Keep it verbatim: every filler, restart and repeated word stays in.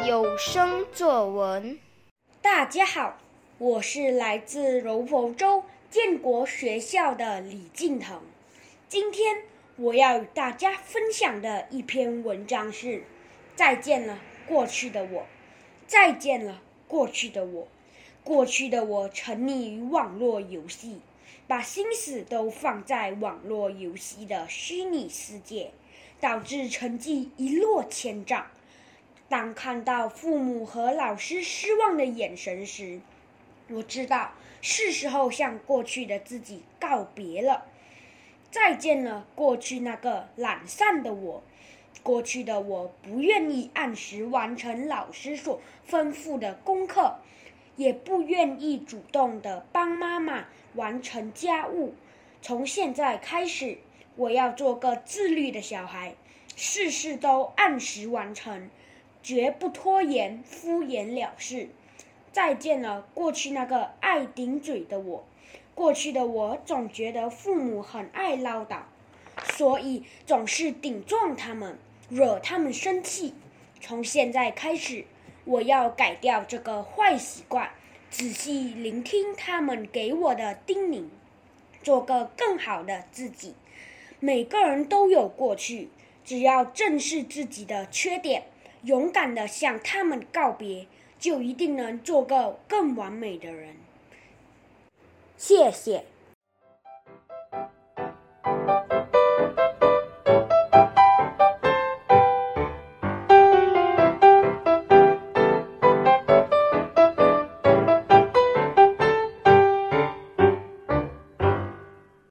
有声作文。 大家好，我是来自柔佛州建国学校的李敬腾。今天我要与大家分享的一篇文章是：再见了，过去的我；再见了，过去的我。过去的我沉溺于网络游戏，把心思都放在网络游戏的虚拟世界，导致成绩一落千丈。当看到父母和老师失望的眼神时，我知道是时候向过去的自己告别了。再见了，过去那个懒散的我。过去的我不愿意按时完成老师所吩咐的功课，也不愿意主动地帮妈妈完成家务。从现在开始，我要做个自律的小孩，事事都按时完成，绝不拖延敷衍了事。再见了，过去那个爱顶嘴的我。过去的我总觉得父母很爱唠叨，所以总是顶撞他们，惹他们生气。从现在开始，我要改掉这个坏习惯，仔细聆听他们给我的叮咛，做个更好的自己。每个人都有过去，只要正视自己的缺点，勇敢地向他们告别，就一定能做个更完美的人。谢谢。